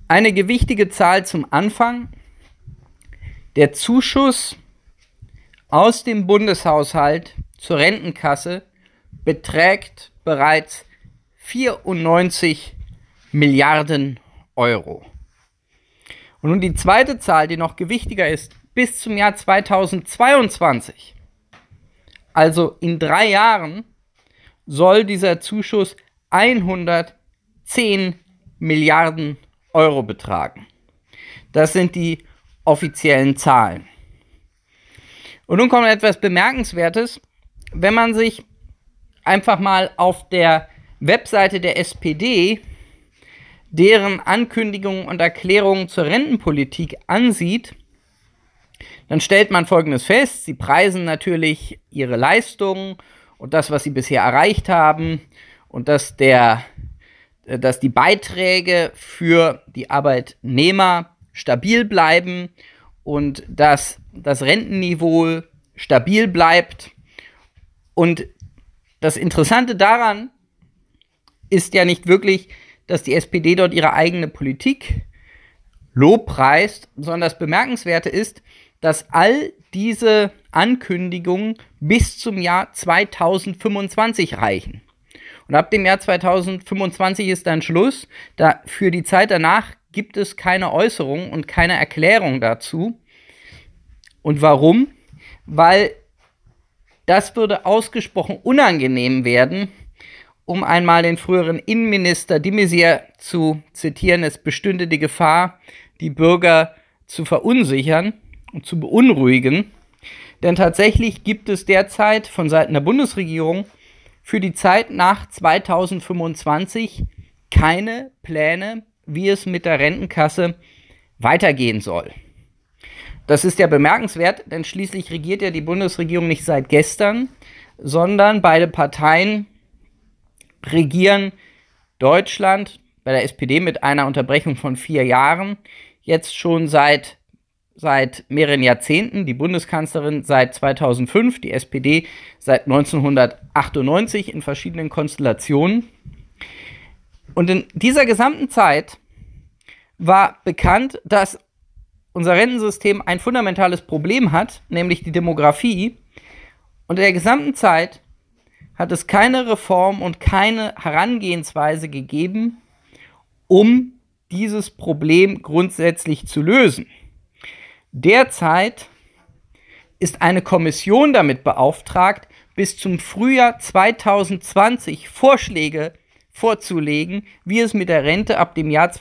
Eine gewichtige Zahl zum Anfang: Der Zuschuss aus dem Bundeshaushalt zur Rentenkasse beträgt bereits 94 Milliarden Euro. Und nun die zweite Zahl, die noch gewichtiger ist: bis zum Jahr 2022, also in 3 Jahren, soll dieser Zuschuss 110 Milliarden Euro betragen. Das sind die offiziellen Zahlen. Und nun kommt etwas Bemerkenswertes: Wenn man sich einfach mal auf der Webseite der SPD deren Ankündigungen und Erklärungen zur Rentenpolitik ansieht, dann stellt man Folgendes fest: Sie preisen natürlich ihre Leistungen und das, was sie bisher erreicht haben, und dass die Beiträge für die Arbeitnehmer stabil bleiben und dass das Rentenniveau stabil bleibt. Und das Interessante daran ist ja nicht wirklich, dass die SPD dort ihre eigene Politik lobpreist, sondern das Bemerkenswerte ist, dass all diese Ankündigungen bis zum Jahr 2025 reichen. Und ab dem Jahr 2025 ist dann Schluss. Für die Zeit danach gibt es keine Äußerung und keine Erklärung dazu. Und warum? Weil das würde ausgesprochen unangenehm werden. Um einmal den früheren Innenminister de Maizière zu zitieren: Es bestünde die Gefahr, die Bürger zu verunsichern und zu beunruhigen. Denn tatsächlich gibt es derzeit von Seiten der Bundesregierung für die Zeit nach 2025 keine Pläne, wie es mit der Rentenkasse weitergehen soll. Das ist ja bemerkenswert, denn schließlich regiert ja die Bundesregierung nicht seit gestern, sondern beide Parteien regieren Deutschland, bei der SPD mit einer Unterbrechung von 4 Jahren, jetzt schon seit mehreren Jahrzehnten, die Bundeskanzlerin seit 2005, die SPD seit 1998 in verschiedenen Konstellationen. Und in dieser gesamten Zeit war bekannt, dass unser Rentensystem ein fundamentales Problem hat, nämlich die Demografie. Und in der gesamten Zeit hat es keine Reform und keine Herangehensweise gegeben, um dieses Problem grundsätzlich zu lösen. Derzeit ist eine Kommission damit beauftragt, bis zum Frühjahr 2020 Vorschläge vorzulegen, wie es mit der Rente ab dem Jahr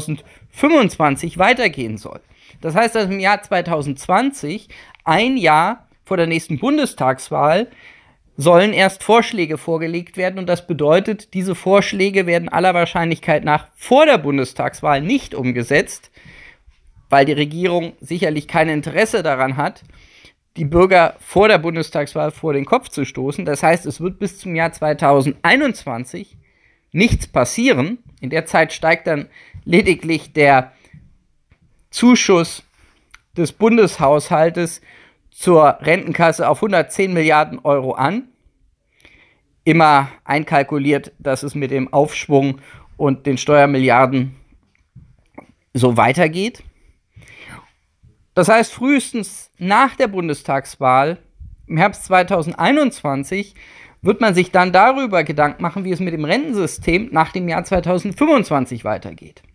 2025 weitergehen soll. Das heißt, dass im Jahr 2020, ein Jahr vor der nächsten Bundestagswahl, sollen erst Vorschläge vorgelegt werden. Und das bedeutet, diese Vorschläge werden aller Wahrscheinlichkeit nach vor der Bundestagswahl nicht umgesetzt, weil die Regierung sicherlich kein Interesse daran hat, die Bürger vor der Bundestagswahl vor den Kopf zu stoßen. Das heißt, es wird bis zum Jahr 2021 nichts passieren. In der Zeit steigt dann lediglich der Zuschuss des Bundeshaushaltes zur Rentenkasse auf 110 Milliarden Euro an. Immer einkalkuliert, dass es mit dem Aufschwung und den Steuermilliarden so weitergeht. Das heißt, frühestens nach der Bundestagswahl im Herbst 2021 wird man sich dann darüber Gedanken machen, wie es mit dem Rentensystem nach dem Jahr 2025 weitergeht.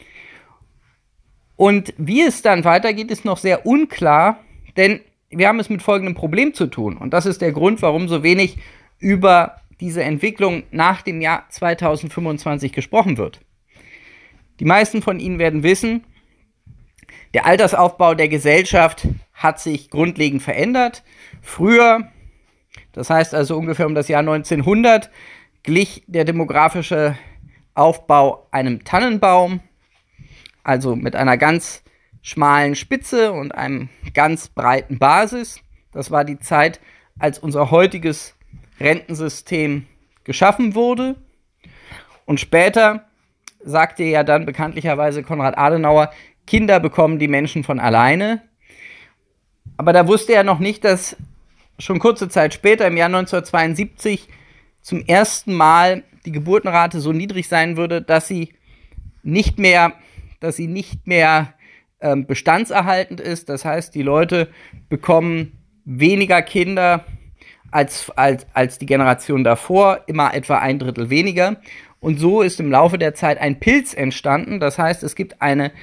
Und wie es dann weitergeht, ist noch sehr unklar, denn wir haben es mit folgendem Problem zu tun. Und das ist der Grund, warum so wenig über diese Entwicklung nach dem Jahr 2025 gesprochen wird. Die meisten von Ihnen werden wissen, der Altersaufbau der Gesellschaft hat sich grundlegend verändert. Früher, das heißt also ungefähr um das Jahr 1900, glich der demografische Aufbau einem Tannenbaum, also mit einer ganz schmalen Spitze und einem ganz breiten Basis. Das war die Zeit, als unser heutiges Rentensystem geschaffen wurde. Und später sagte ja dann bekanntlicherweise Konrad Adenauer, Kinder bekommen die Menschen von alleine. Aber da wusste er noch nicht, dass schon kurze Zeit später, im Jahr 1972, zum ersten Mal die Geburtenrate so niedrig sein würde, dass sie nicht mehr dass sie nicht mehr bestandserhaltend ist. Das heißt, die Leute bekommen weniger Kinder als die Generation davor, immer etwa 1/3 weniger. Und so ist im Laufe der Zeit ein Pilz entstanden. Das heißt, es gibt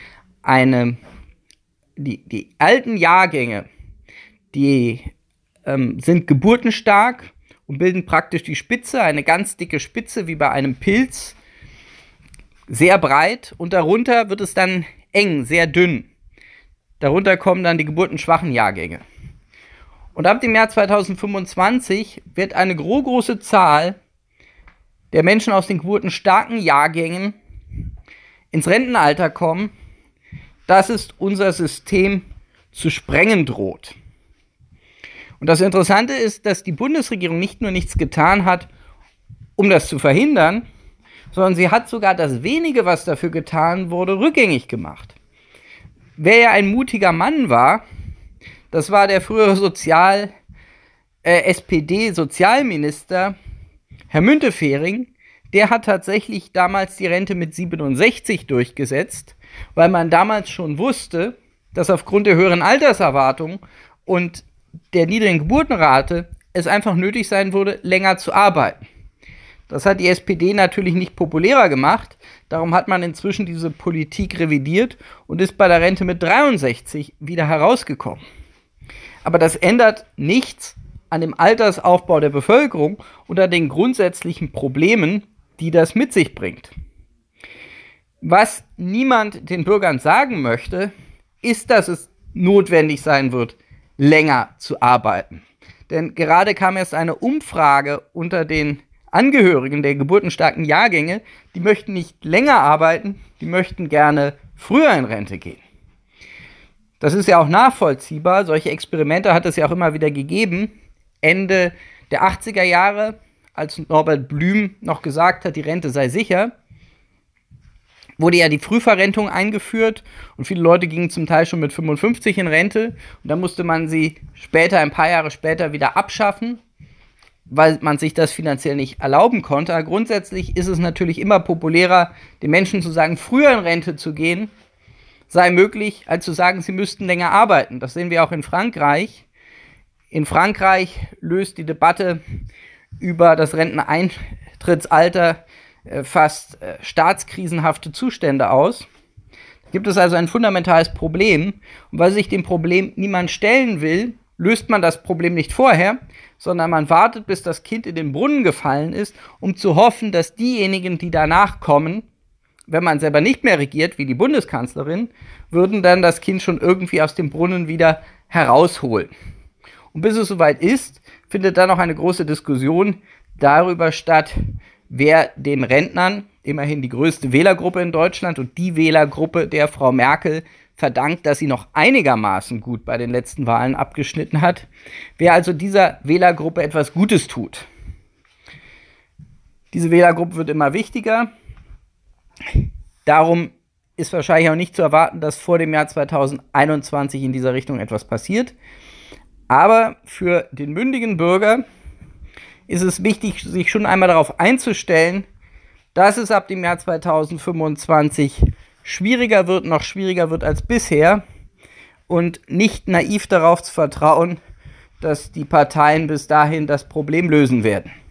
die alten Jahrgänge, die sind geburtenstark und bilden praktisch die Spitze, eine ganz dicke Spitze wie bei einem Pilz, sehr breit, und darunter wird es dann eng, sehr dünn. Darunter kommen dann die geburtenschwachen Jahrgänge. Und ab dem Jahr 2025 wird eine große Zahl der Menschen aus den geburtenstarken Jahrgängen ins Rentenalter kommen, dass es unser System zu sprengen droht. Und das Interessante ist, dass die Bundesregierung nicht nur nichts getan hat, um das zu verhindern, sondern sie hat sogar das wenige, was dafür getan wurde, rückgängig gemacht. Wer ja ein mutiger Mann war, das war der frühere SPD-Sozialminister Herr Müntefering. Der hat tatsächlich damals die Rente mit 67 durchgesetzt, weil man damals schon wusste, dass aufgrund der höheren Alterserwartung und der niedrigen Geburtenrate es einfach nötig sein würde, länger zu arbeiten. Das hat die SPD natürlich nicht populärer gemacht, darum hat man inzwischen diese Politik revidiert und ist bei der Rente mit 63 wieder herausgekommen. Aber das ändert nichts an dem Altersaufbau der Bevölkerung und an den grundsätzlichen Problemen, die das mit sich bringt. Was niemand den Bürgern sagen möchte, ist, dass es notwendig sein wird, länger zu arbeiten. Denn gerade kam erst eine Umfrage unter den Angehörigen der geburtenstarken Jahrgänge, die möchten nicht länger arbeiten, die möchten gerne früher in Rente gehen. Das ist ja auch nachvollziehbar, solche Experimente hat es ja auch immer wieder gegeben. Ende der 80er Jahre, als Norbert Blüm noch gesagt hat, die Rente sei sicher, wurde ja die Frühverrentung eingeführt und viele Leute gingen zum Teil schon mit 55 in Rente und dann musste man sie später, ein paar Jahre später, wieder abschaffen, weil man sich das finanziell nicht erlauben konnte. Aber grundsätzlich ist es natürlich immer populärer, den Menschen zu sagen, früher in Rente zu gehen, sei möglich, als zu sagen, sie müssten länger arbeiten. Das sehen wir auch in Frankreich. In Frankreich löst die Debatte über das Renteneintrittsalter fast staatskrisenhafte Zustände aus. Da gibt es also ein fundamentales Problem. Und weil sich dem Problem niemand stellen will, löst man das Problem nicht vorher, sondern man wartet, bis das Kind in den Brunnen gefallen ist, um zu hoffen, dass diejenigen, die danach kommen, wenn man selber nicht mehr regiert, wie die Bundeskanzlerin, würden dann das Kind schon irgendwie aus dem Brunnen wieder herausholen. Und bis es soweit ist, findet dann noch eine große Diskussion darüber statt, wer den Rentnern, immerhin die größte Wählergruppe in Deutschland und die Wählergruppe der Frau Merkel, verdankt, dass sie noch einigermaßen gut bei den letzten Wahlen abgeschnitten hat, wer also dieser Wählergruppe etwas Gutes tut. Diese Wählergruppe wird immer wichtiger. Darum ist wahrscheinlich auch nicht zu erwarten, dass vor dem Jahr 2021 in dieser Richtung etwas passiert. Aber für den mündigen Bürger ist es wichtig, sich schon einmal darauf einzustellen, dass es ab dem Jahr 2025 noch schwieriger wird als bisher und nicht naiv darauf zu vertrauen, dass die Parteien bis dahin das Problem lösen werden.